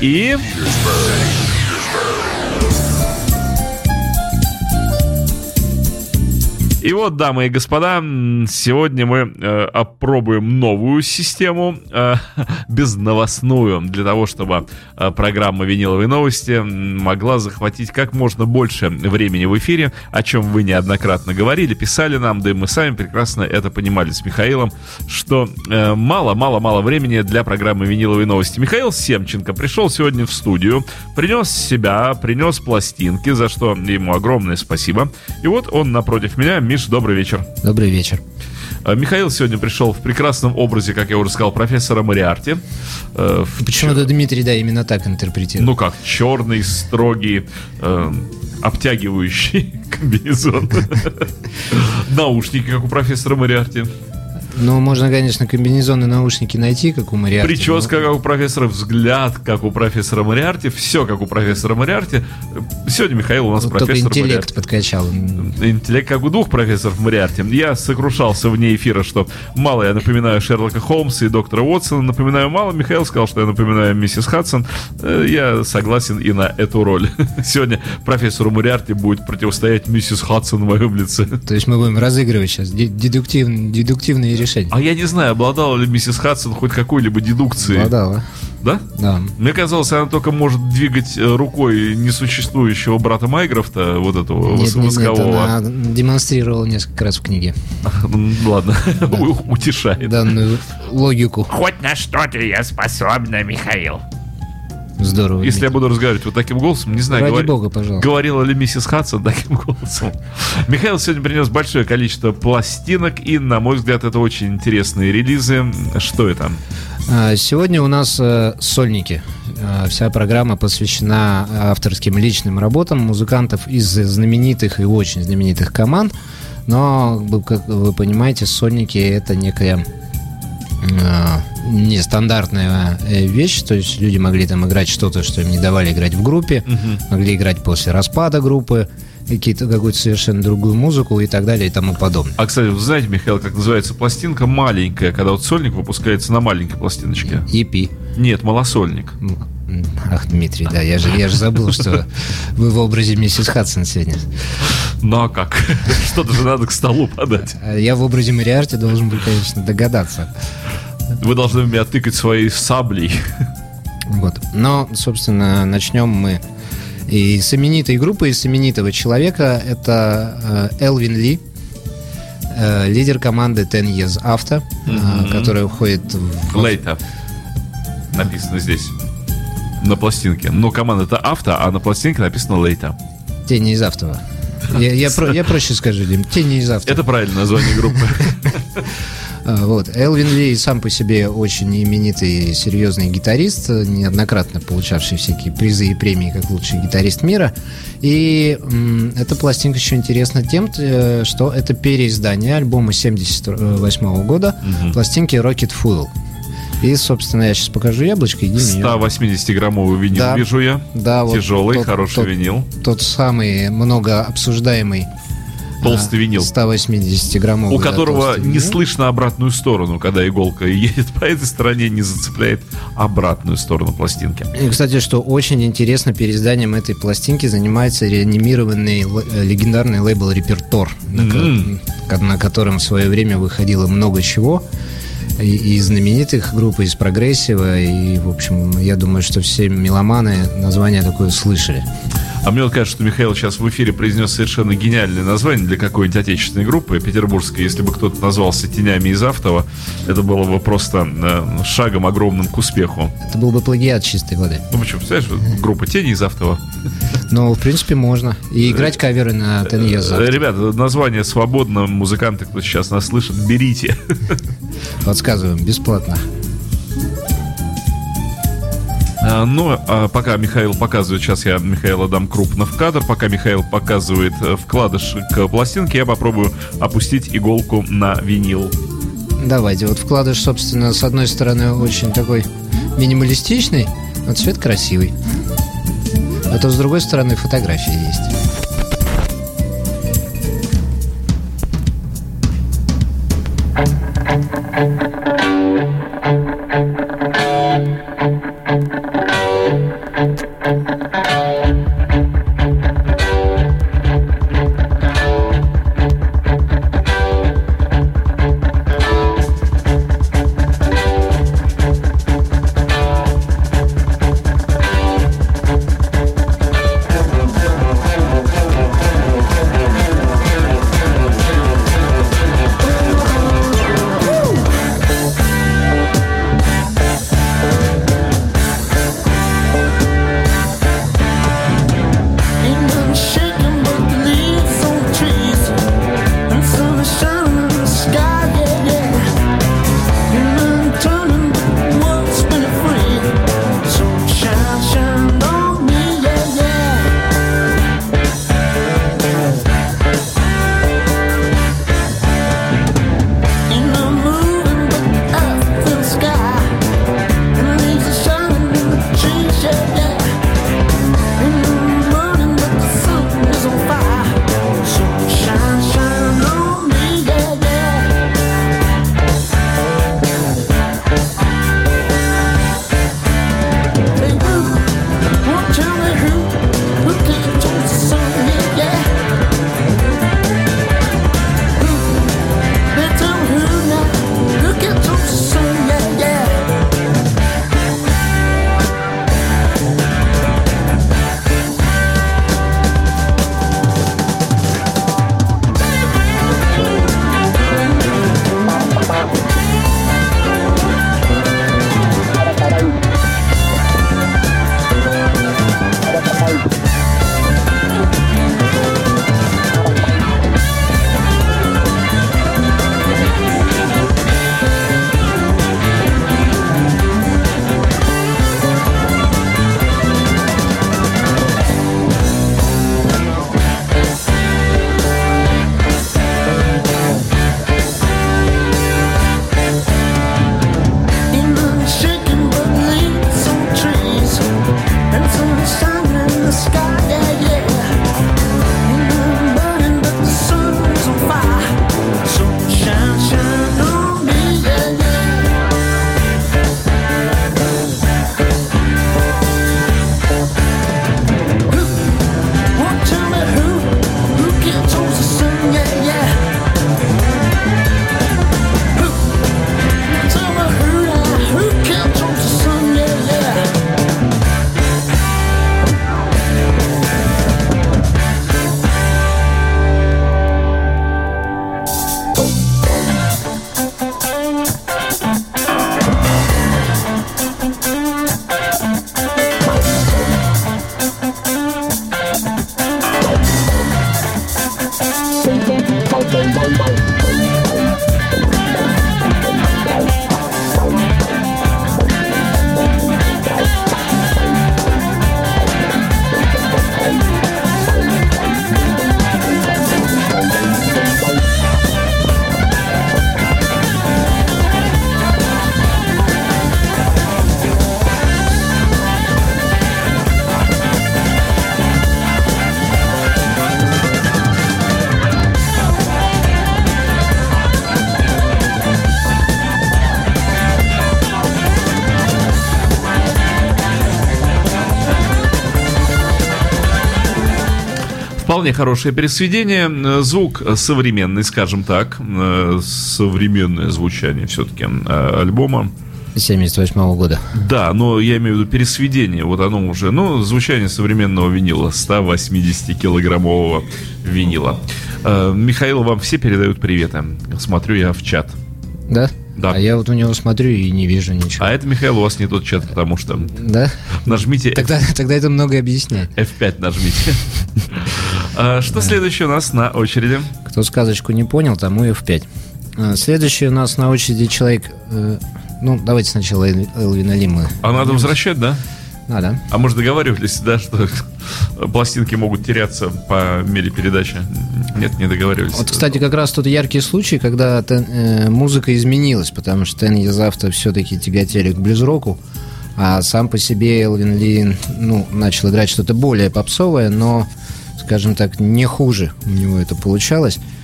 И вот, дамы и господа, сегодня мы опробуем новую систему, безновостную, для того, чтобы программа «Виниловые новости» могла захватить как можно больше времени в эфире, о чем вы неоднократно говорили, писали нам, да и мы сами прекрасно это понимали с Михаилом, что мало времени для программы «Виниловые новости». Михаил Семченко пришел сегодня в студию, принес пластинки, за что ему огромное спасибо. И вот он напротив меня. Миш, добрый вечер. Добрый вечер. Михаил сегодня пришел в прекрасном образе, как я уже сказал, профессора Мориарти. Почему-то Дмитрий, да, именно так интерпретирует. Ну как, черный, строгий, обтягивающий комбинезон. Наушники, как у профессора Мориарти. Ну, можно, конечно, комбинезоны, наушники найти, как у Мориарти. Прическа, как у профессора, взгляд, как у профессора Мориарти, все как у профессора Мориарти. Сегодня Михаил у нас вот профессор только интеллект Мориарти подкачал. Интеллект как у двух профессоров Мориарти. Я сокрушался вне эфира, что мало я напоминаю Шерлока Холмса и доктора Уотсона, напоминаю мало. Михаил сказал, что я напоминаю миссис Хадсон. Я согласен и на эту роль. Сегодня профессору Мориарти будет противостоять миссис Хадсон в моем лице. То есть мы будем разыгрывать сейчас дедуктивные решения. А я не знаю, обладала ли миссис Хадсон хоть какой-либо дедукцией. Обладала. Да? Да. Мне казалось, она только может двигать рукой несуществующего брата Майкрофта, вот этого воскового. Нет, она демонстрировала несколько раз в книге. Ладно, утешает. Данную логику. Хоть на что-то я способна, Михаил. Здорово. Если я буду разговаривать вот таким голосом, не знаю, ради бога, пожалуйста. Говорила ли миссис Хадсон таким голосом. Михаил сегодня принес большое количество пластинок, и, на мой взгляд, это очень интересные релизы. Что это? Сегодня у нас сольники. Вся программа посвящена авторским личным работам музыкантов из знаменитых и очень знаменитых команд. Но, как вы понимаете, сольники — это некая нестандартная вещь, то есть люди могли там играть что-то, что им не давали играть в группе, могли играть после распада группы, какую-то совершенно другую музыку и так далее и тому подобное. А, кстати, вы знаете, Михаил, как называется пластинка маленькая, когда вот сольник выпускается на маленькой пластиночке? EP. Нет, малосольник. Ах, Дмитрий, да, я же забыл, что вы в образе миссис Хадсон сегодня. Ну а как? Что-то же надо к столу подать. Я в образе Мориарти должен был, конечно, догадаться. Вы должны меня тыкать своей саблей. Вот. Но, собственно, начнем мы и с именитой группы, и с именитого человека. Это Элвин Ли, лидер команды Ten Years After, которая входит в... Later. Написано здесь. На пластинке. Но команда-то Авто, а на пластинке написано Later. Тени из Автова. Я проще скажу, Дим. Тени из Автова. Это правильное название группы. Вот. Элвин Ли сам по себе очень именитый, серьезный гитарист, неоднократно получавший всякие призы и премии как лучший гитарист мира. И эта пластинка еще интересна тем, что это переиздание альбома 1978 года, пластинки Rocket Fuel. И, собственно, я сейчас покажу яблочко. 180-граммовый винил, да, вижу я. Да, тяжелый, вот хороший винил. Тот самый много обсуждаемый толстый винил, 180-граммовый, у которого не слышно обратную сторону, когда иголка едет по этой стороне, не зацепляет обратную сторону пластинки. И, кстати, что очень интересно, переизданием этой пластинки занимается реанимированный легендарный лейбл «Репертор», на котором в свое время выходило много чего. И из знаменитых групп, из прогрессива. И, в общем, я думаю, что все меломаны название такое слышали. А мне вот кажется, что Михаил сейчас в эфире произнес совершенно гениальное название для какой-нибудь отечественной группы петербургской. Если бы кто-то назвался «Тенями из Автова», это было бы просто шагом огромным к успеху. Это был бы плагиат чистой воды. Ну почему, представляешь, группа «Тени из Автова». Ну, в принципе, можно. И играть каверы на Ten Years After. Ребята, название свободно. Музыканты, кто сейчас нас слышит, берите. Подсказываем, бесплатно. Но пока Михаил показывает, сейчас я Михаила дам крупно в кадр, пока Михаил показывает вкладыш к пластинке, я попробую опустить иголку на винил. Давайте, вот вкладыш, собственно, с одной стороны очень такой минималистичный, но цвет красивый. А то с другой стороны фотографии есть. Вполне хорошее пересведение. Звук современный, скажем так. Современное звучание все-таки альбома. 78 года. Да, но я имею в виду пересведение. Вот оно уже, звучание современного винила, 180-килограммового винила. Михаил, вам все передают приветы. Смотрю я в чат. Да? Да. А я вот у него смотрю и не вижу ничего. А это, Михаил, у вас не тот чат, потому что... Да? Нажмите... Тогда это многое объясняет. F5 нажмите. Что следующее у нас на очереди? Кто сказочку не понял, тому F5. Следующий у нас на очереди человек... давайте сначала Элвина Ли мы... А надо возвращать, да? Надо. А мы же договаривались, да, что пластинки могут теряться по мере передачи? Нет, не договаривались. Вот, кстати, как раз тот яркий случай, когда музыка изменилась, потому что Ten Years After все-таки тяготели к блюз-року, а сам по себе Элвин Ли начал играть что-то более попсовое, но, скажем так, не хуже у него это получалось.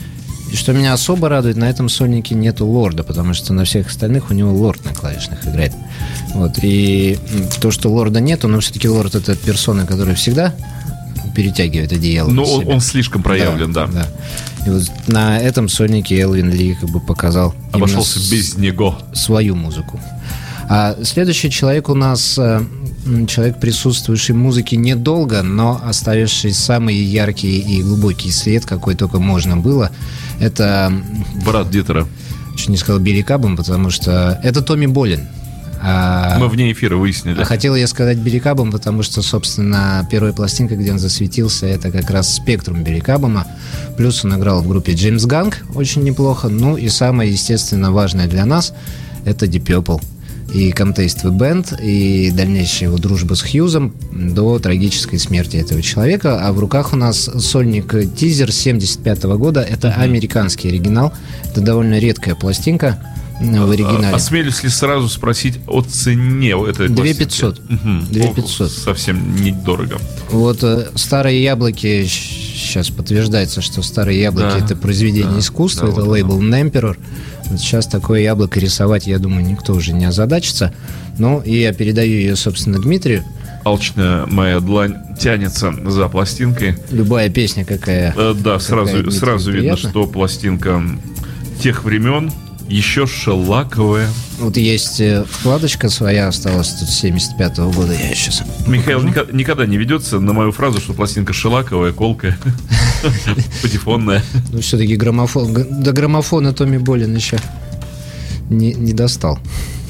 И что меня особо радует, на этом сольнике нету Лорда, потому что на всех остальных у него Лорд на клавишных играет. Вот. И то, что Лорда нету, но все-таки Лорд — это персона, которая всегда перетягивает одеяло. Но он слишком проявлен, да. И вот на этом сольнике Элвин Ли как бы показал обошелся без него свою музыку. А следующий человек у нас человек, присутствующий в музыке недолго, но оставивший самый яркий и глубокий след, какой только можно было. Это брат Дитера. Чуть не сказал Билли Каббам, потому что это Томми Болин. Мы вне эфира выяснили. Хотел я сказать Билли Каббам, потому что, собственно, первая пластинка, где он засветился, это как раз «Спектрум» Билли Каббама. Плюс он играл в группе Джеймс Ганг очень неплохо. Ну и самое, естественно, важное для нас — это Deep Purple. И Contest Band, и дальнейшая его дружба с Хьюзом до трагической смерти этого человека. А в руках у нас сольник «Тизер» 1975 года. Это американский оригинал. Это довольно редкая пластинка в оригинале. Осмелюсь ли сразу спросить о цене этой пластинки? 2500. 2500. Совсем недорого. Вот «Старые яблоки», сейчас подтверждается, что «Старые яблоки» — это произведение искусства, это лейбл Nemperor. Вот сейчас такое яблоко рисовать, я думаю, никто уже не озадачится. Ну, и я передаю ее, собственно, Дмитрию. Алчная моя длань тянется за пластинкой. Любая песня какая. Да, сразу видно, что пластинка тех времен, еще шелаковая. Вот есть вкладочка своя, осталась тут с 75-го года. Я сейчас Михаил никогда не ведется на мою фразу, что пластинка шелаковая, колкая, патефонная. Ну, все-таки граммофон. До граммофона Томми Болин еще не достал.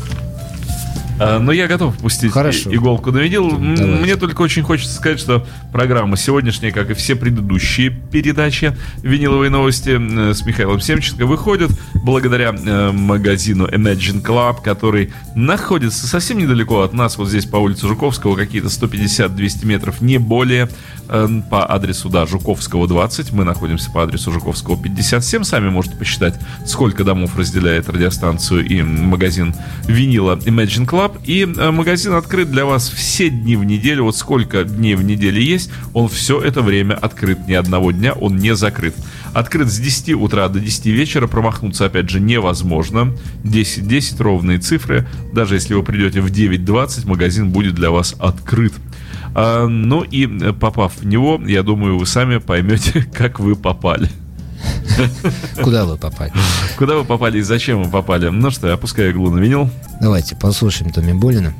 Но я готов пустить иголку на винил. Мне только очень хочется сказать, что программа сегодняшняя, как и все предыдущие передачи «Виниловые новости» с Михаилом Семченко, выходят благодаря магазину Imagine Club, который находится совсем недалеко от нас, вот здесь по улице Жуковского, какие-то 150-200 метров, не более, по адресу, да, Жуковского 20. Мы находимся по адресу Жуковского 57. Сами можете посчитать, сколько домов разделяет радиостанцию и магазин винила Imagine Club. И магазин открыт для вас все дни в неделю. Вот сколько дней в неделе есть, он все это время открыт. Ни одного дня он не закрыт. Открыт с 10 утра до 10 вечера. Промахнуться, опять же, невозможно. 10-10 ровные цифры. Даже если вы придете в 9:20, магазин будет для вас открыт. Ну и попав в него, я думаю, вы сами поймете, как вы попали. Куда вы попали? Куда вы попали и зачем вы попали? Ну что, я опускаю иглу на винил. Давайте послушаем Томми Болина.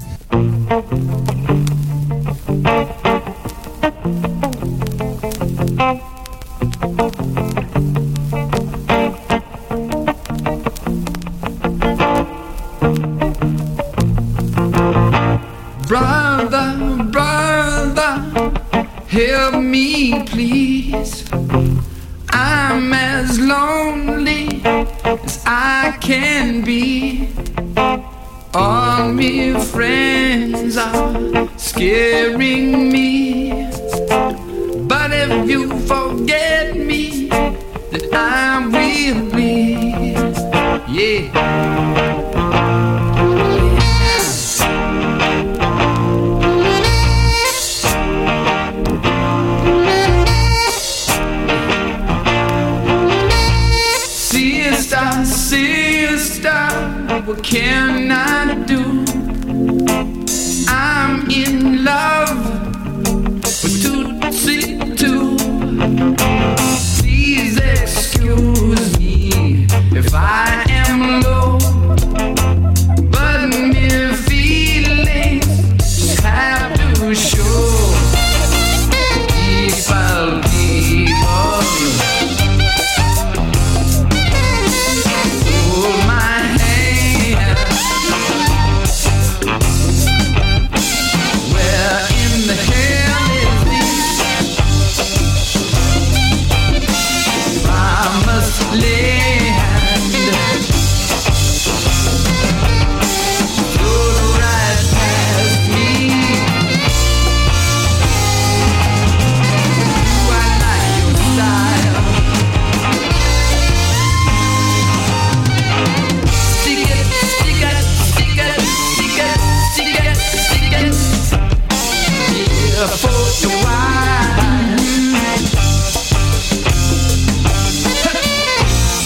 Help me, please. I'm as lonely as I can be. All my friends are scaring me. But if you forget me, then I will be. Yeah. What can I do? I'm in love with Tootsie too. Please excuse me if I am low, but my feelings just have to show. People, hold my hand. Where in the hell is this promised land? Float right past me. Do I like your style? Stick it, stick it, stick it, stick it, stick it, stick it. Yeah, for a while.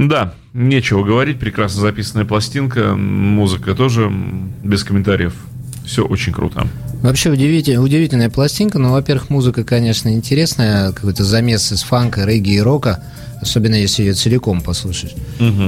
Да, нечего говорить, прекрасно записанная пластинка, музыка тоже без комментариев, все очень круто. Вообще удивительная пластинка, но, во-первых, музыка, конечно, интересная, какой-то замес из фанка, регги и рока, особенно если ее целиком послушать. Угу.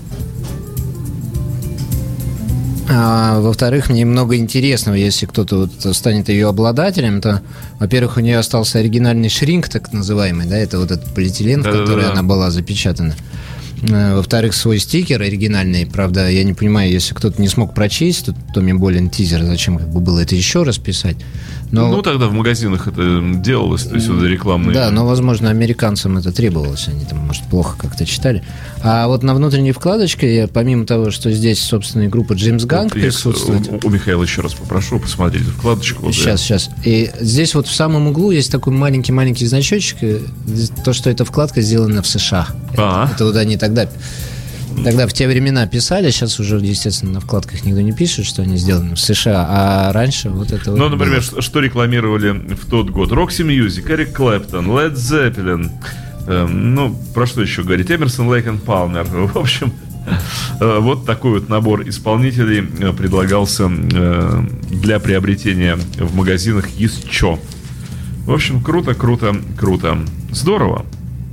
А во-вторых, мне много интересного, если кто-то вот станет ее обладателем, то, во-первых, у нее остался оригинальный шринк, так называемый, да, это вот этот полиэтилен, в который она была запечатана. Во-вторых, свой стикер оригинальный, правда, я не понимаю, если кто-то не смог прочесть, тут Томми Болин тизер, зачем как бы было это еще раз писать. Но... Ну, тогда в магазинах это делалось, то есть вот рекламные. Да, но, возможно, американцам это требовалось, они там, может, плохо как-то читали. А вот на внутренней вкладочке, помимо того, что здесь, собственно, группа Джеймс Ганг присутствует... У Михаила еще раз попрошу посмотреть вкладочку. Вот Сейчас. И здесь вот в самом углу есть такой маленький значочек, то, что эта вкладка сделана в США. Это вот они тогда в те времена писали, сейчас уже, естественно, на вкладках никто не пишет, что они сделаны в США, а раньше вот это вот... Ну, например, что рекламировали в тот год? Roxy Music, Эрик Клэптон, Led Zeppelin, ну, про что еще говорить? Эмерсон, Лейк и Палмер. В общем, вот такой вот набор исполнителей предлагался для приобретения в магазинах еще. В общем, круто. Здорово.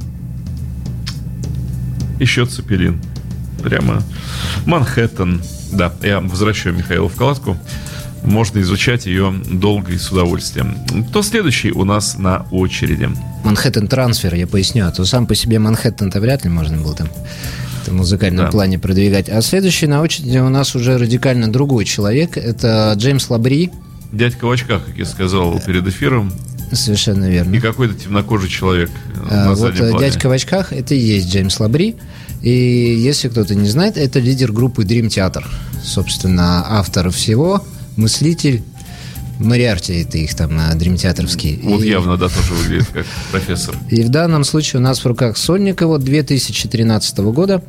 Еще Цепелин. Прямо Манхэттен. Да, я возвращаю Михаилу вкладку. Можно изучать ее долго и с удовольствием. Кто следующий у нас на очереди? Манхэттен трансфер, я поясню. А то сам по себе Манхэттен-то вряд ли можно было там в музыкальном плане продвигать. А следующий на очереди у нас уже радикально другой человек. Это Джеймс Лабри. Дядька в очках, как я сказал перед эфиром. Совершенно верно. И какой-то темнокожий человек на заднем плане. Дядька в очках — это и есть Джеймс Лабри. И если кто-то не знает, это лидер группы Dream Theater. Собственно, автор всего, мыслитель. Мориарти — это их там дримтеатровский. Вот явно, да, тоже выглядит как профессор. И в данном случае у нас в руках сольник его 2013 года,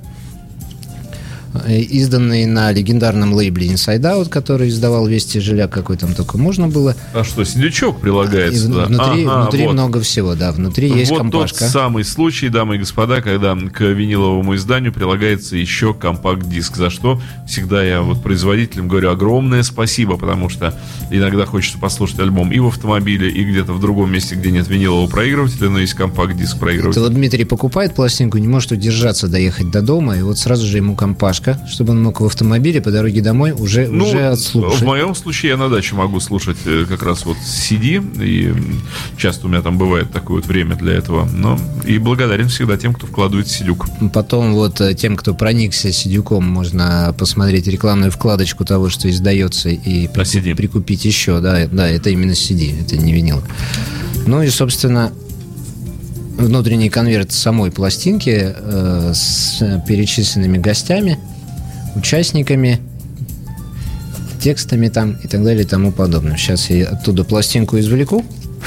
изданный на легендарном лейбле Inside Out, который издавал весь тяжеляк, какой там только можно было. А что, сидячок прилагается? Внутри вот. Много всего, да. Внутри есть вот компашка. Тот самый случай, дамы и господа, когда к виниловому изданию прилагается еще компакт-диск, за что всегда я вот производителям говорю огромное спасибо, потому что иногда хочется послушать альбом и в автомобиле, и где-то в другом месте, где нет винилового проигрывателя, но есть компакт-диск проигрыватель. Это вот Дмитрий покупает пластинку, не может удержаться доехать до дома, и вот сразу же ему компашка, чтобы он мог в автомобиле по дороге домой уже отслушать. В моем случае я на даче могу слушать как раз вот CD, и часто у меня там бывает такое вот время для этого, но и благодарен всегда тем, кто вкладывает сидюк. Потом вот тем, кто проникся сидюком, можно посмотреть рекламную вкладочку того, что издается, и прикупить еще, да, это именно CD, это не винил. Ну и, собственно, внутренний конверт самой пластинки с перечисленными гостями, участниками, текстами там и так далее и тому подобное. Сейчас я оттуда пластинку извлеку.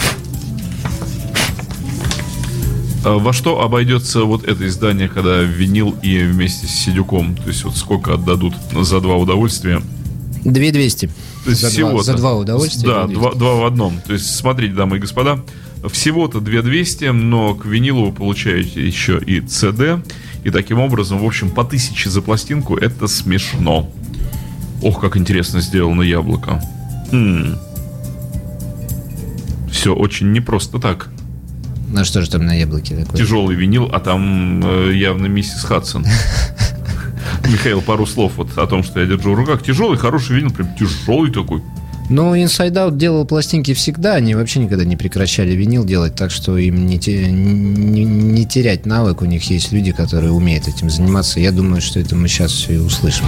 Во что обойдется вот это издание, когда винил и вместе с сидюком? То есть вот сколько отдадут за два удовольствия? 2200. То есть всего-то. За два удовольствия. Да, два в одном. То есть смотрите, дамы и господа, всего-то 2200, но к винилу вы получаете еще и CD. И таким образом, в общем, по 1000 за пластинку. Это смешно. Ох, как интересно сделано яблоко. Все очень непросто так. Ну что же там на яблоке такое? Тяжелый винил, а там явно миссис Хадсон. Михаил, пару слов вот о том, что я держу в руках. Тяжелый, хороший винил, прям тяжелый такой. Ну, Inside Out делал пластинки всегда, они вообще никогда не прекращали винил делать, так что им не терять навык, у них есть люди, которые умеют этим заниматься. Я думаю, что это мы сейчас все и услышим.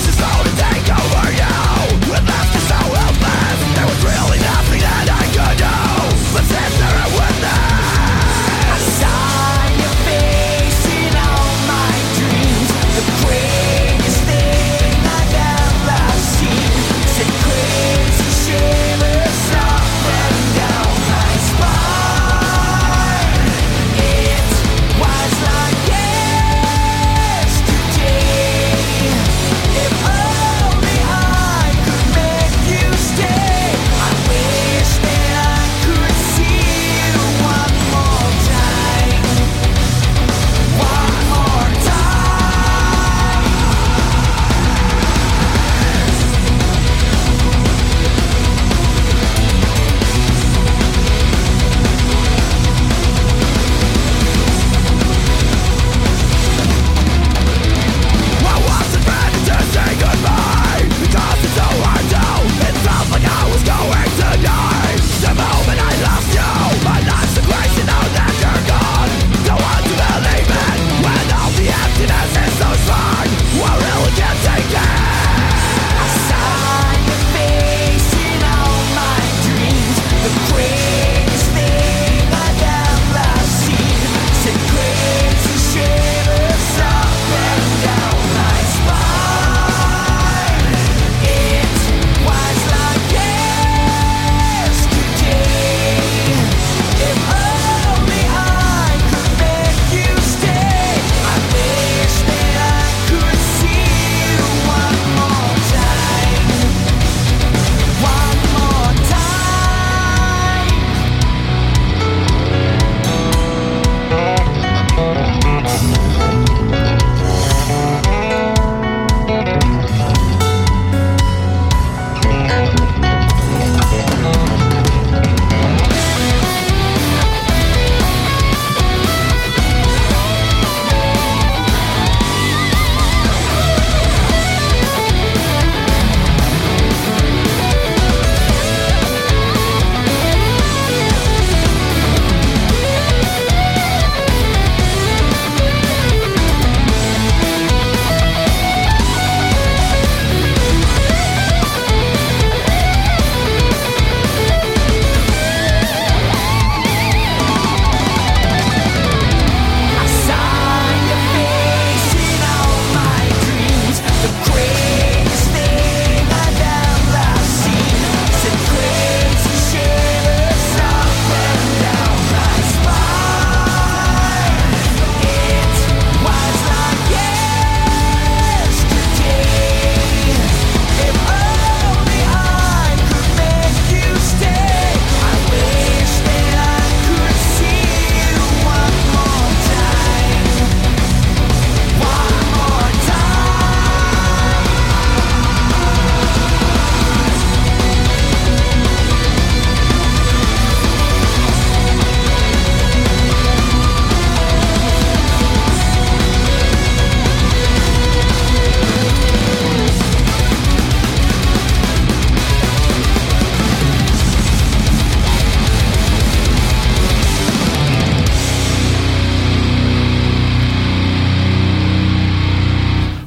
Really nothing that I could do.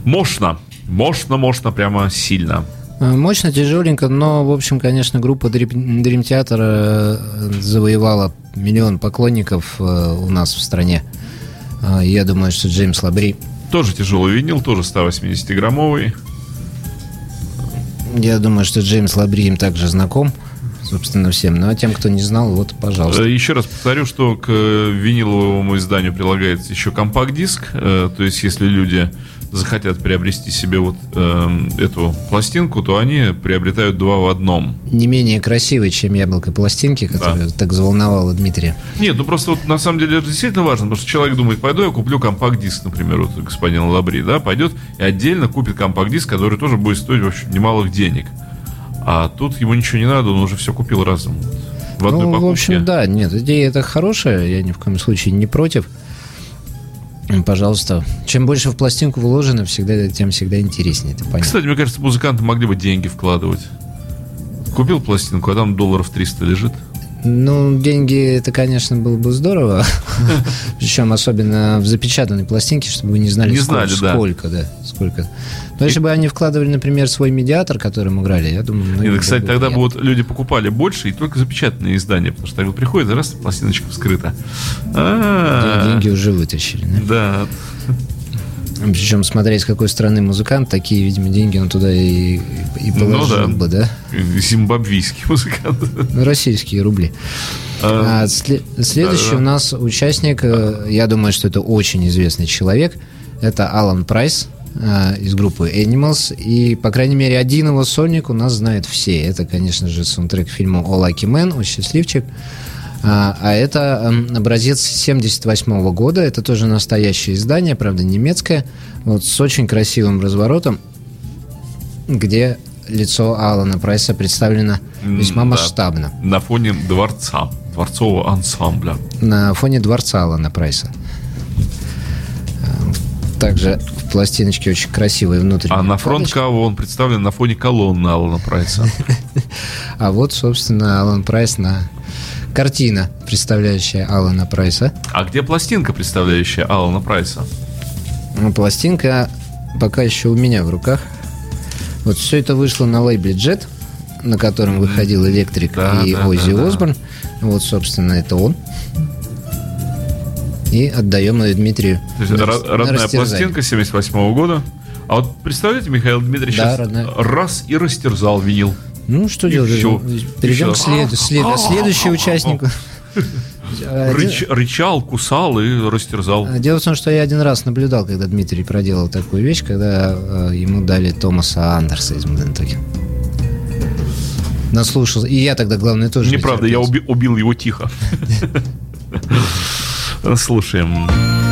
Мощно, прямо сильно. Мощно, тяжеленько, но, в общем, конечно, группа Dream Theater завоевала миллион поклонников у нас в стране. Я думаю, что Джеймс Лабри... Тоже тяжелый винил, тоже 180-граммовый. Я думаю, что Джеймс Лабри им также знаком, собственно, всем. Ну, а тем, кто не знал, вот, пожалуйста. Еще раз повторю, что к виниловому изданию прилагается еще компакт-диск. То есть, если люди захотят приобрести себе вот эту пластинку, то они приобретают 2 в одном. Не менее красивый, чем яблоко пластинки, которая так заволновала Дмитрия. Нет, ну просто вот на самом деле это действительно важно, потому что человек думает, пойду я куплю компакт-диск, например, вот господин Лабри, да, пойдет и отдельно купит компакт-диск, который тоже будет стоить, в общем, немалых денег. А тут ему ничего не надо, он уже все купил разом. В одной покупке. В общем, да, нет, идея это хорошая, я ни в коем случае не против. Пожалуйста. Чем больше в пластинку вложено, тем всегда интереснее. Это понятно. Кстати, мне кажется, музыканты могли бы деньги вкладывать. Купил пластинку, а там долларов 300 лежит. Ну, деньги, это, конечно, было бы здорово. Причем особенно в запечатанной пластинке, чтобы вы не знали, сколько. Но если бы они вкладывали, например, свой медиатор, которым играли, я думаю... Кстати, тогда бы вот люди покупали больше и только запечатанные издания, потому что тогда приходит, раз, пластиночка вскрыта. Деньги уже вытащили, да? Да. Причем, смотря из какой страны музыкант, такие, видимо, деньги он туда и положил бы, да? Зимбабвийский музыкант. Российские рубли. Следующий у нас участник, я думаю, что это очень известный человек, это Алан Прайс из группы Animals. И, по крайней мере, один его сольник у нас знают все. Это, конечно же, саундтрек к фильму «О Lucky Man», «О счастливчик». А это образец 1978 года. Это тоже настоящее издание, правда, немецкое, вот, с очень красивым разворотом, где лицо Алана Прайса представлено весьма масштабно. На фоне дворцового ансамбля. На фоне дворца Алана Прайса. Также в пластиночке очень красивый внутренний. А на фронт кого он представлен на фоне колонны Алана Прайса. А вот, собственно, Алан Прайс картина, представляющая Алана Прайса. А где пластинка, представляющая Алана Прайса? Пластинка пока еще у меня в руках. Вот все это вышло на лейбле Jet, на котором выходил Электрик и Оззи Осборн. Вот, собственно, это он. И отдаем ее Дмитрию. То есть родная пластинка 1978 года. А вот представляете, Михаил Дмитриевич сейчас раз и растерзал винил. Ну, что делать? Перейдем к следующему участнику. Рычал, кусал и растерзал. Дело в том, что я один раз наблюдал, когда Дмитрий проделал такую вещь, когда ему дали Томаса Андерса из Modern Talking. Наслушался. И я тогда, главное, тоже... Неправда, я убил его тихо. Слушаем.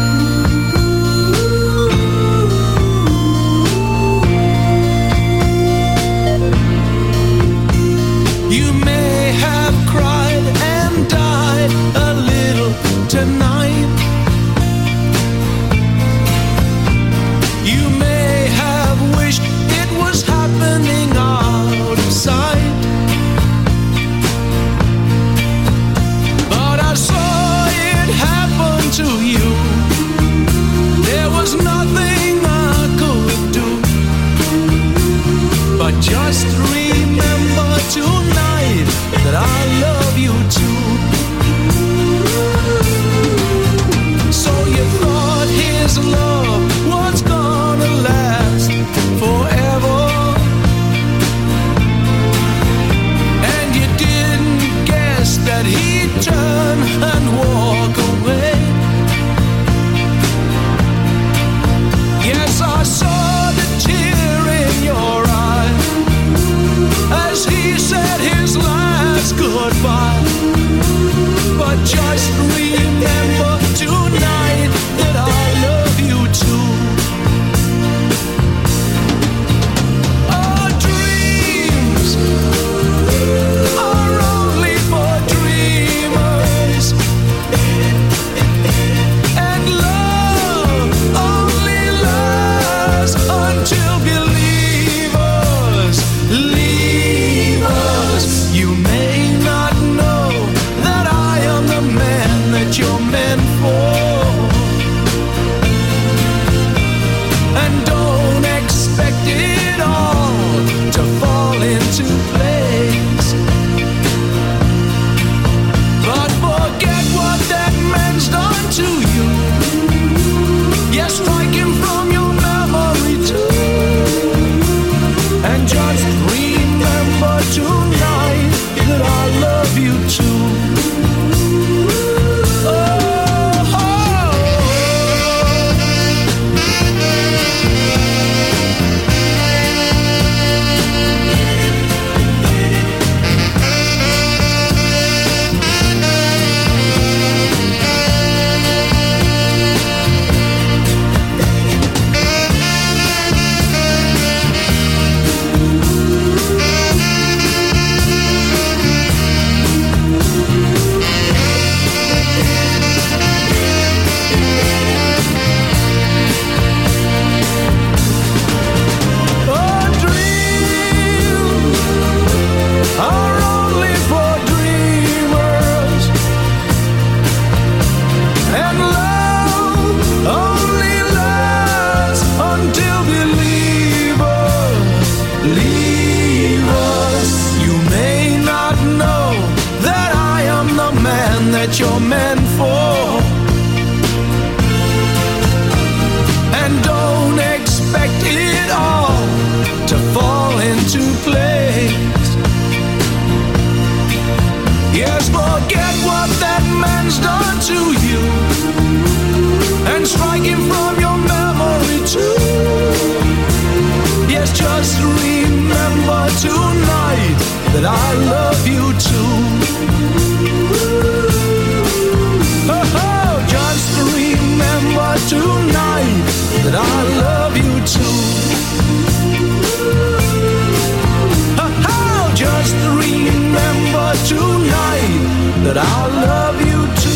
Just remember tonight that I love you too. So you thought his love was gonna last forever, and you didn't guess that he'd turn and walk away. Yes, I saw the tear in your eye. taking from your memory too. Yes, just remember tonight that I love you too. Oh, just remember tonight that I love you too. Oh, just remember tonight that I love you too.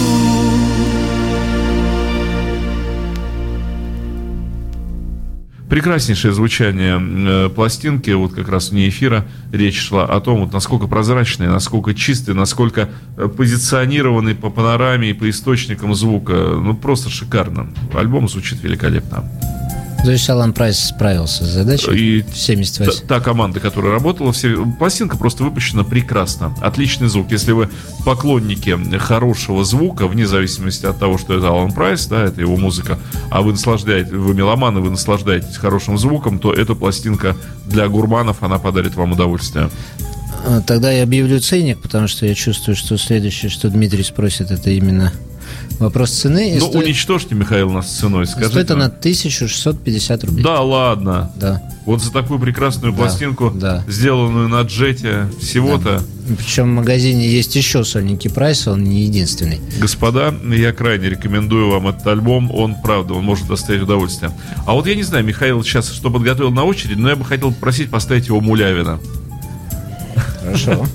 Прекраснейшее звучание пластинки, вот как раз вне эфира речь шла о том, вот насколько прозрачный, насколько чистый, насколько позиционированный по панораме и по источникам звука. Ну, просто шикарно. Альбом звучит великолепно. То есть Алан Прайс справился с задачей И в 78. та команда, которая работала, пластинка просто выпущена прекрасно. Отличный звук. Если вы поклонники хорошего звука, вне зависимости от того, что это Алан Прайс, да, это его музыка, а вы меломаны, вы наслаждаетесь хорошим звуком, то эта пластинка для гурманов, она подарит вам удовольствие. Тогда я объявлю ценник, потому что я чувствую, что следующее, что Дмитрий спросит, это именно вопрос цены. Ну, уничтожьте, Михаил, нас ценой, скажите. Стоит она 1650 рублей. Да ладно. Да. Вот за такую прекрасную пластинку, да. сделанную на джете, всего-то. Да. Причем в магазине есть еще сольники Прайса, он не единственный. Господа, я крайне рекомендую вам этот альбом. Он, правда, он может доставить удовольствие. А вот я не знаю, Михаил сейчас что подготовил на очередь, но я бы хотел попросить поставить его Мулявина. Хорошо.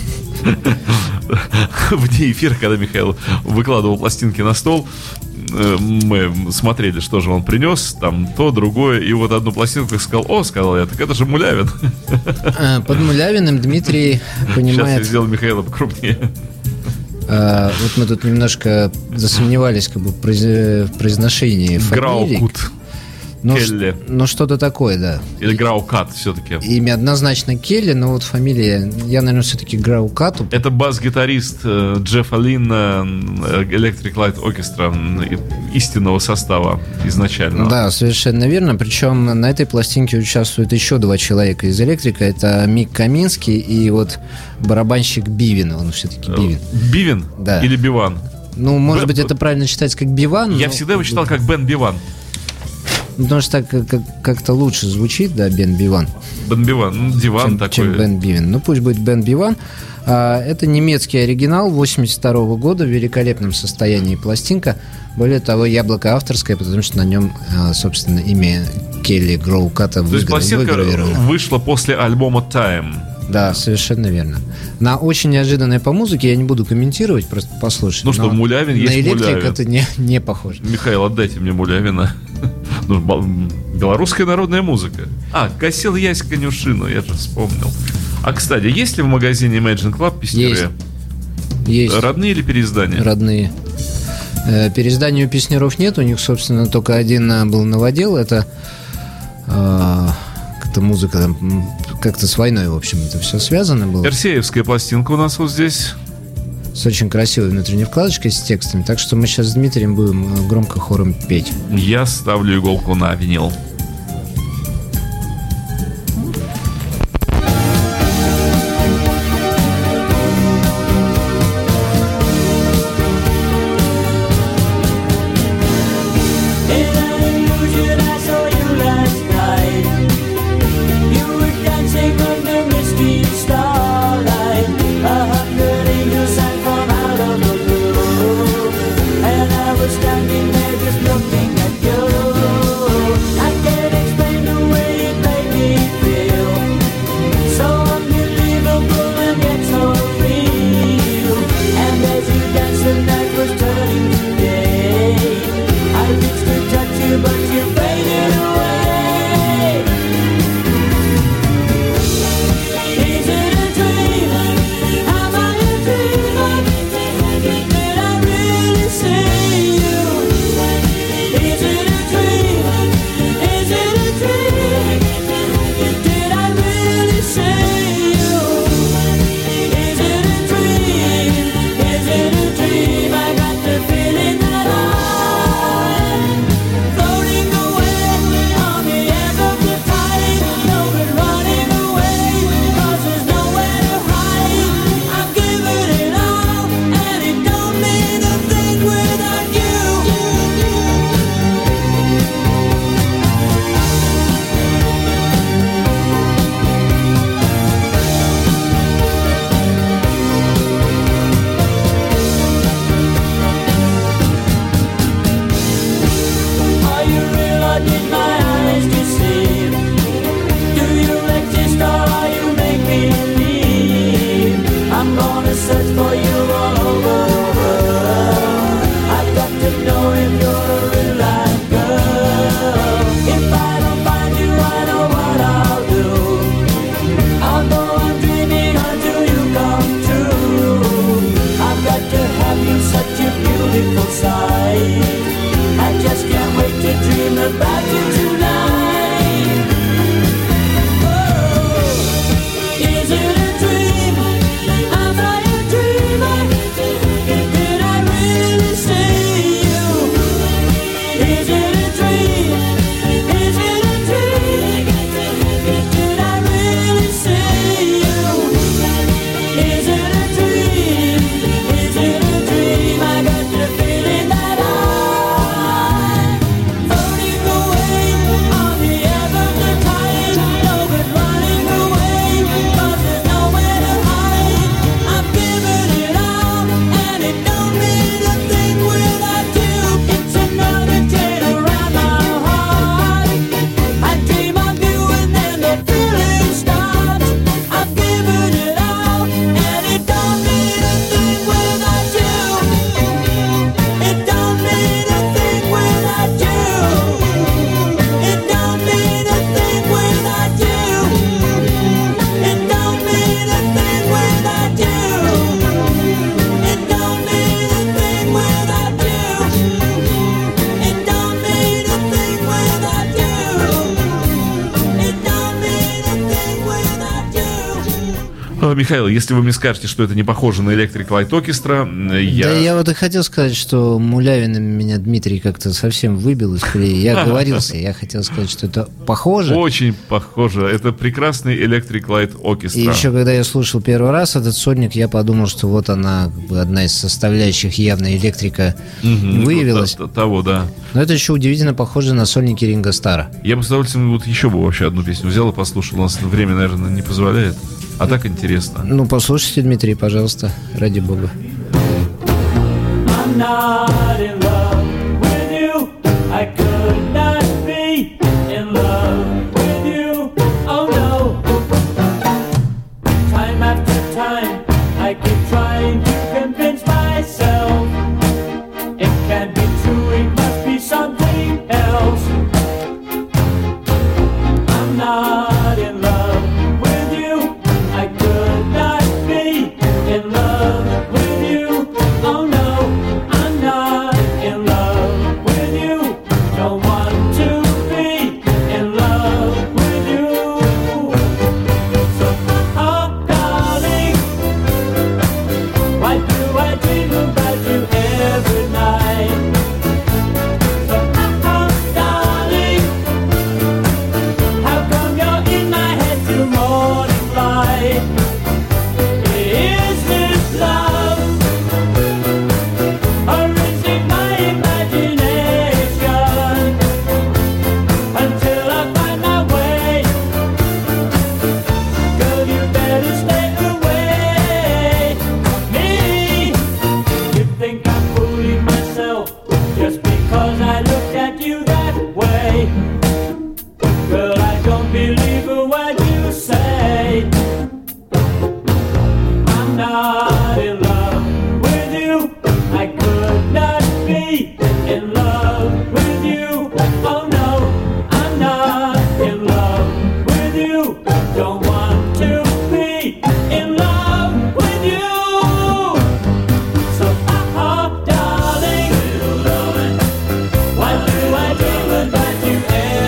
Вне эфира, когда Михаил выкладывал пластинки на стол, мы смотрели, что же он принес, там то, другое, и вот одну пластинку сказал я, так это же Мулявин. Под Мулявиным Дмитрий понимает... Сейчас я сделал Михаила покрупнее. Вот мы тут немножко засомневались как бы в произношении фамилии. Граукут. Келли. Ну, что-то такое, да. Или Граукат все-таки. Имя однозначно Келли, но вот фамилия... Я, наверное, все-таки Граукату. Это бас-гитарист Джеффа Линна, Electric Light Orchestra, истинного состава изначально. Да, совершенно верно. Причем на этой пластинке участвуют еще два человека из Электрика. Это Мик Каминский и вот барабанщик Бивин. Он все-таки Бивин. Бивин? Да. Или Биван? Ну, может быть, это правильно читать как Биван. Я всегда его читал как Бен Биван. Потому что так как-то лучше звучит, да, Бен Биван. Бен Биван, диван такой. Чем Бен Бивен. Ну, пусть будет Бен Биван. Это немецкий оригинал 82 года в великолепном состоянии пластинка. Более того, яблоко авторское, потому что на нем, собственно, имя Келли Грауката выгравировано. То есть пластинка вышла после альбома Time. Да, совершенно верно. На очень неожиданной по музыке я не буду комментировать, просто послушать. Ну что, Мулявин есть Мулявин. На Электрик это не похоже. Михаил, отдайте мне Мулявина. Белорусская народная музыка. Косил ясь конюшину, я же вспомнил. А, кстати, есть ли в магазине Imagine Club песняры? Есть. Родные или переиздания? Родные. Переизданий у песняров нет, у них, собственно, только один был новодел. Это как-то музыка там, как-то с войной, в общем, это все связано было. Персеевская пластинка у нас вот здесь. С очень красивой внутренней вкладочкой, с текстами. Так что мы сейчас с Дмитрием будем громко хором петь. Я ставлю иголку на винил. Standing there just looking at you. I what in my eyes to see. Do you exist or are you make believe? I'm gonna search for you all over the world. I've got to know if you're a real life girl. If I don't find you, I know what I'll do. I'll go on dreaming until you come true. I've got to have you, such a beautiful sight. I just can't wait to dream about you tonight. Oh, is it a dream? Am I a dreamer? Did I really see you? Is it a dream? Is it a dream? Did I really see you? Is it a dream? Is it a dream? I got the feeling that I'm floating away on the ebb of the tide. No good running away, 'cause there's nowhere to hide. I've given it all, and it don't mean a thing without you. It's another chain around my heart. I dream of you and then the feeling starts. I've given it all, and it don't mean a thing without you. It don't mean a thing without you. It don't mean a thing without you. It don't mean a thing without you. It don't mean a thing without you. It don't mean a thing without you. It don't mean a thing without you. Михаил, если вы мне скажете, что это не похоже на Electric Light Orchestra, Да, я вот и хотел сказать, что Мулявин меня Дмитрий как-то совсем выбил из колеи. Я оговорился, я хотел сказать, что это похоже. Очень похоже. Это прекрасный Electric Light Orchestra. И еще когда я слушал первый раз этот сольник, я подумал, что вот она, как бы, одна из составляющих явно электрика выявилась. Того, да. Но это еще удивительно похоже на сольники Ринго Стара. Я бы с удовольствием вот еще бы вообще одну песню взял и послушал. У нас время, наверное, не позволяет. А так интересно. Ну, послушайте, Дмитрий, пожалуйста, ради бога. I'm not in love with you. I could not be in love with you. Oh no. Time after time, I keep trying to convince myself it can't be true, it must be something else. I'm not in love with you. I could not be in love with you. Oh no, I'm not in love with you. Don't want to be in love with you. So, oh darling, why do I dream about you every night? So, oh darling, how come you're in my head till morning light? Is this love, or is it my imagination? Until I find my way, girl, you better stay away from me. You think I'm fooling myself just because I looked at you that way? Girl, I don't believe a word you say. I'm not in love with you. I could not be in love with you. Oh no, I'm not in love with you. Don't want to be in love with you. So, darling, why do I dream about you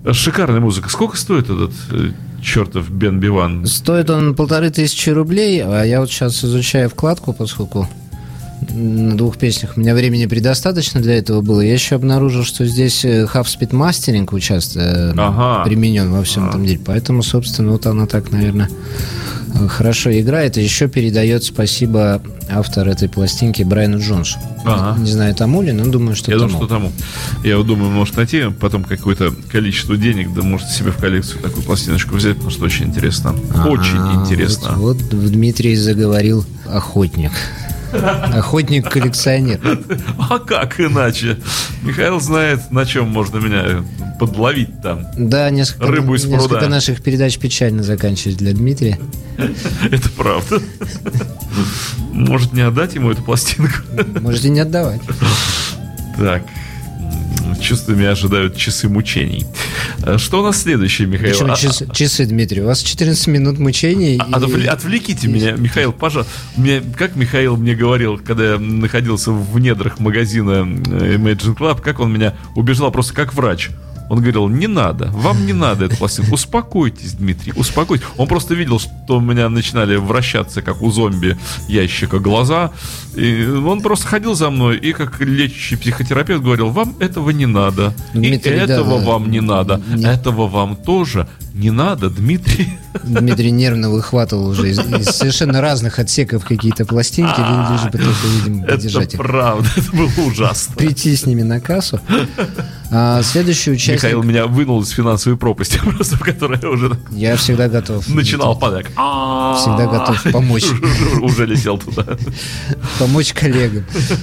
Шикарная музыка. Сколько стоит этот чертов Бен Биван? Стоит он 1500 рублей, а я вот сейчас изучаю вкладку, поскольку на 2 песнях у меня времени предостаточно для этого было. Я еще обнаружил, что здесь half-speed мастеринг применен во всем этом деле. Поэтому, собственно, вот она так, наверное, хорошо играет. И еще передает спасибо автор этой пластинки Брайану Джонсу. Не знаю, тому ли, но думаю, что тому. Я думаю, что тому. Я думаю, может найти потом какое-то количество денег, да может себе в коллекцию такую пластиночку взять, потому что очень интересно. Очень интересно. Вот Дмитрий заговорил охотник. Охотник-коллекционер. А как иначе? Михаил знает, на чем можно меня подловить там. Да, рыбу из пруда. Несколько наших передач печально заканчивались для Дмитрия. Это правда. Может, не отдать ему эту пластинку? Можете не отдавать. Так. Чувствую, меня ожидают часы мучений. Что у нас следующее, Михаил? Почему часы, Дмитрий? У вас 14 минут мучений. Отвлеките меня, Михаил, пожалуйста. Как Михаил мне говорил, когда я находился в недрах магазина Imagine Club, как он меня убеждал просто как врач. Он говорил, не надо, вам не надо эту пластинку. Успокойтесь, Дмитрий, успокойтесь. Он просто видел, что у меня начинали вращаться, как у зомби ящика, глаза. И он просто ходил за мной и, как лечащий психотерапевт, говорил, вам этого не надо. Дмитрий, и этого вам не надо. Этого вам тоже не надо, Дмитрий. Dмитрий нервно выхватывал уже из совершенно разных отсеков какие-то пластинки, лишь бы только, видимо, поддержать их. Это правда, это было ужасно. Прийти с ними на кассу. Следующий участник... Михаил меня вынул из финансовой пропасти, просто в которой я уже... Я всегда готов. Начинал падать. Всегда готов помочь. Уже летел туда. Помочь коллегам.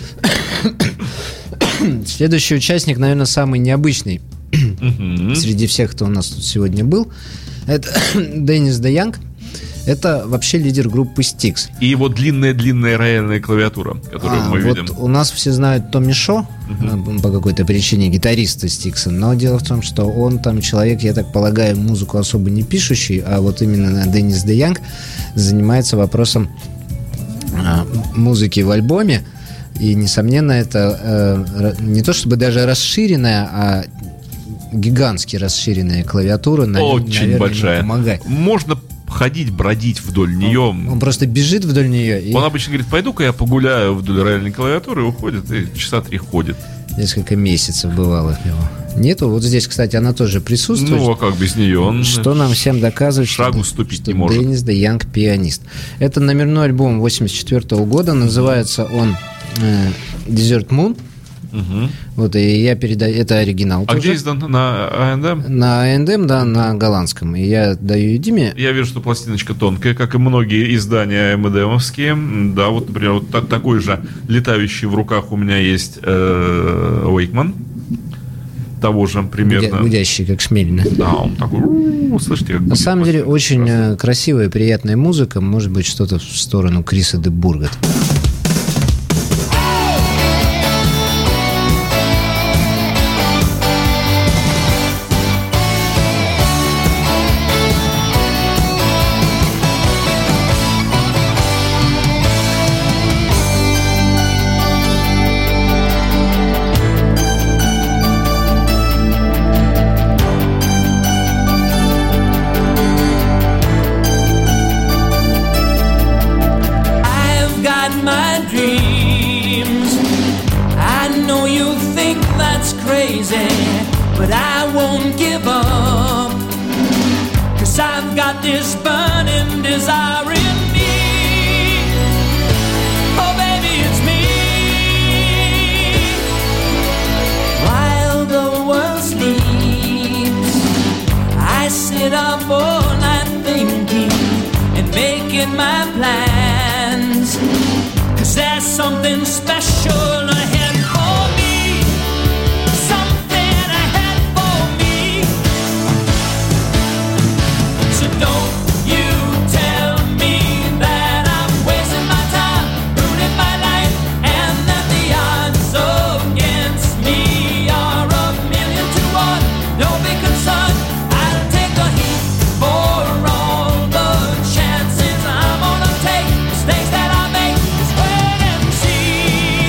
Следующий участник, наверное, самый необычный среди всех, кто у нас тут сегодня был. Это Деннис де Янг. Это вообще лидер группы Styx. И его длинная рояльная клавиатура, которую мы видим. У нас все знают Томми Шо, по какой-то причине гитариста Styx. Но дело в том, что он там человек, я так полагаю, музыку особо не пишущий, а вот именно Деннис де Янг занимается вопросом музыки в альбоме. И, несомненно, это не то чтобы даже расширенная, а гигантски расширенная клавиатура. Очень большая. Помогает. Можно ходить, бродить вдоль нее. Он просто бежит вдоль нее. Он обычно говорит, пойду-ка я погуляю вдоль рояльной клавиатуры, и уходит, и часа 3 ходит. Несколько месяцев бывало его. Нету. Вот здесь, кстати, она тоже присутствует. Ну, а как без нее? Он что нам всем доказывает, шагу ступить что не может. Деннис де Янг пианист. Это номерной альбом 1984 года. Называется он Desert Moon. Вот, и я передаю, это оригинал. А тоже. где издан? На A&M? На A&M, да, на голландском. И я даю и Диме. Я вижу, что пластиночка тонкая, как и многие издания A&M-овские. Да, вот, например, вот такой же летающий в руках у меня есть Wakeman. Того же примерно. Гудящий, как шмель. Да, он такой, слышите, как на самом деле, очень красивая, приятная музыка. Может быть, что-то в сторону Криса де Бурга. But I won't give up, 'cause I've got this burning desire in me. Oh baby, it's me. While the world sleeps, I sit up all night thinking and making my plans, 'cause there's something special ahead for me. Don't you tell me that I'm wasting my time, ruining my life, and that the odds against me are 1,000,000 to 1. Don't be concerned, I'll take the heat for all the chances I'm gonna take. Mistakes that I make, just wait and see.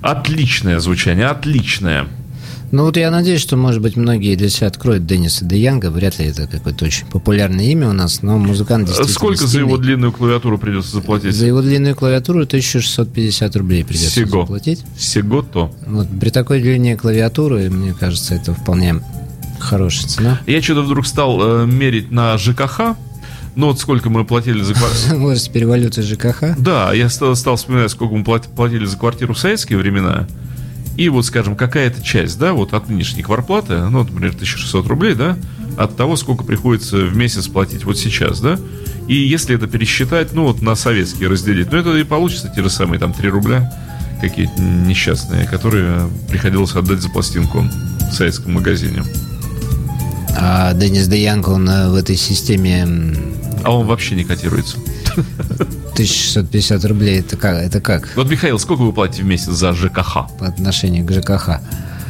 Отличное звучание, отличное. Ну вот я надеюсь, что, может быть, многие для себя откроют Денниса де Янга. Вряд ли это какое-то очень популярное имя у нас, но музыкант действительно Сколько за стильный. его длинную клавиатуру придется заплатить? За его длинную клавиатуру 1650 рублей придется Всего. заплатить. Всего то. Вот, при такой длине клавиатуры, мне кажется, это вполне хорошая цена. Я что-то вдруг стал мерить на ЖКХ. Ну вот сколько мы платили за квартиру. Может, теперь валюта ЖКХ? Да, я стал вспоминать, сколько мы платили за квартиру в советские времена. И вот, скажем, какая-то часть, да, вот от нынешней квартплаты, ну, например, 1600 рублей, да, от того, сколько приходится в месяц платить вот сейчас, да. И если это пересчитать, ну, вот на советские разделить, ну, это и получится те же самые, там, 3 рубля какие-то несчастные, которые приходилось отдать за пластинку в советском магазине. А Деннис де Янг, он в этой системе А он вообще не котируется. 1650 рублей, это как? Это как Вот, Михаил, сколько вы платите в месяц за ЖКХ? по отношению к ЖКХ?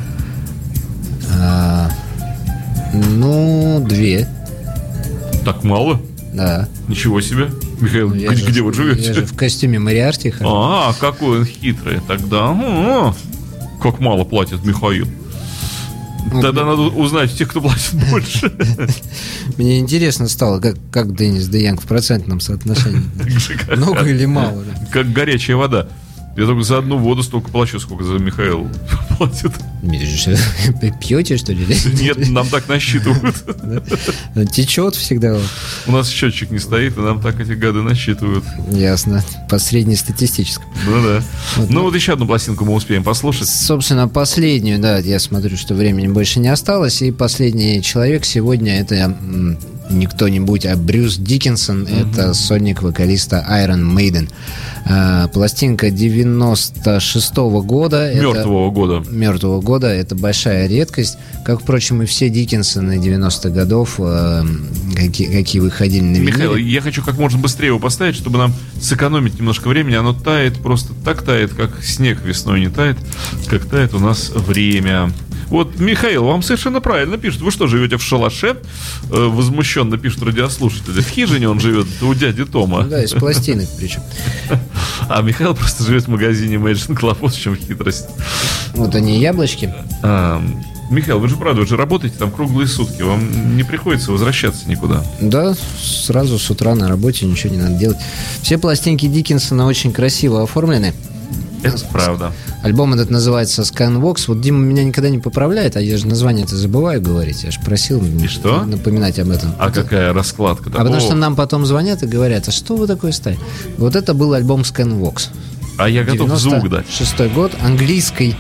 Ну, 2. Так мало? Да. Ничего себе. Михаил, Я где же- вы Я живете? же в костюме Мориарти хожу. А, какой он хитрый. Тогда, как мало платит Михаил. Тогда надо узнать тех, кто платит больше. Мне интересно стало, как Деннис де Янг в процентном соотношении. Много или мало? Как горячая вода. Я только за одну воду столько плачу, сколько за Михаил платит. Пьете, что ли? Нет, нам так насчитывают. Течет всегда. У нас счетчик не стоит, и нам так эти гады насчитывают. Ясно. По среднестатистическому. Ну да. Ну вот еще одну пластинку мы успеем послушать. Собственно, последнюю, да, я смотрю, что времени больше не осталось. И последний человек сегодня это не кто-нибудь, а Брюс Диккенсон. Это сольник вокалиста Iron Maiden. Пластинка 96-го года. Мертвого года. Мертвого года. Это большая редкость. Как, впрочем, и все Диккенсоны 90-х годов, какие выходили на Михаил, виниле. я хочу как можно быстрее его поставить, чтобы нам сэкономить немножко времени. Оно тает, просто так тает, как снег весной не тает, как тает у нас время. Вот, Михаил, вам совершенно правильно пишут. Вы что, живете в шалаше? Возмущенно пишут радиослушатели. В хижине он живет у дяди Тома. Да, из пластинок причем. А Михаил просто живет в магазине Imagine Club. Вот в чем хитрость. Вот они, яблочки. Михаил, вы же правда, вы же работаете там круглые сутки. Вам не приходится возвращаться никуда. Да, сразу с утра на работе ничего не надо делать. Все пластинки Диккенсона очень красиво оформлены. Это правда. Альбом этот называется Scanvox. Вот Дима меня никогда не поправляет, а я же название-то забываю говорить. Я же просил что? напоминать об этом. А какая раскладка? А потому что нам потом звонят и говорят, а что вы такое ставите? Вот это был альбом Scanvox. А я готов звук дать. 96-й год, английской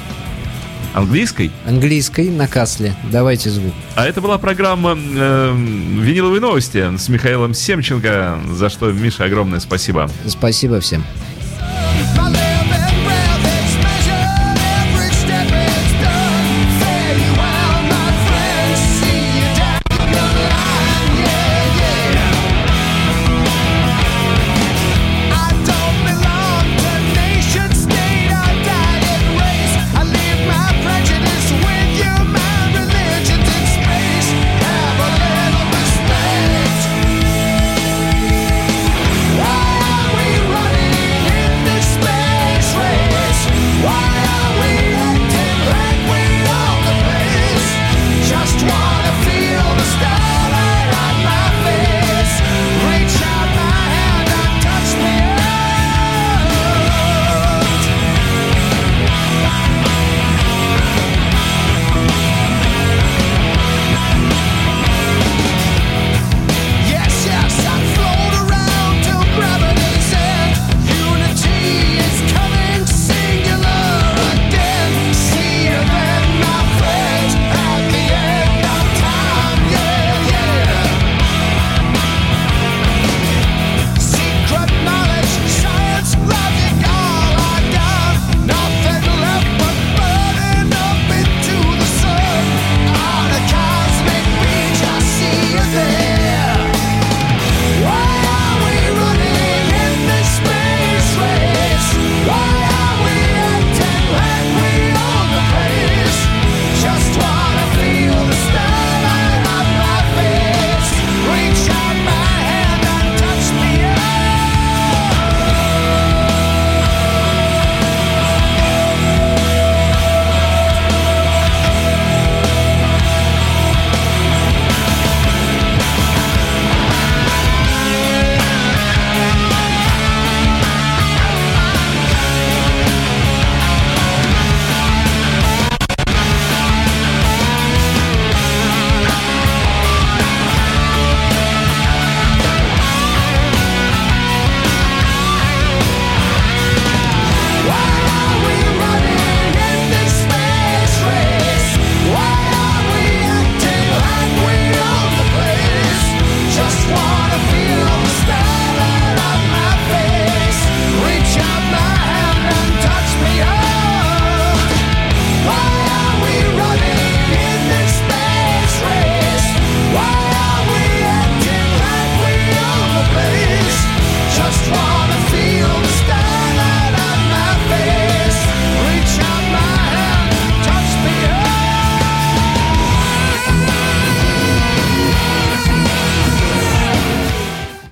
на касле. Давайте звук. А это была программа «Виниловые новости» с Михаилом Семченко, за что, Миша, огромное спасибо. Спасибо всем.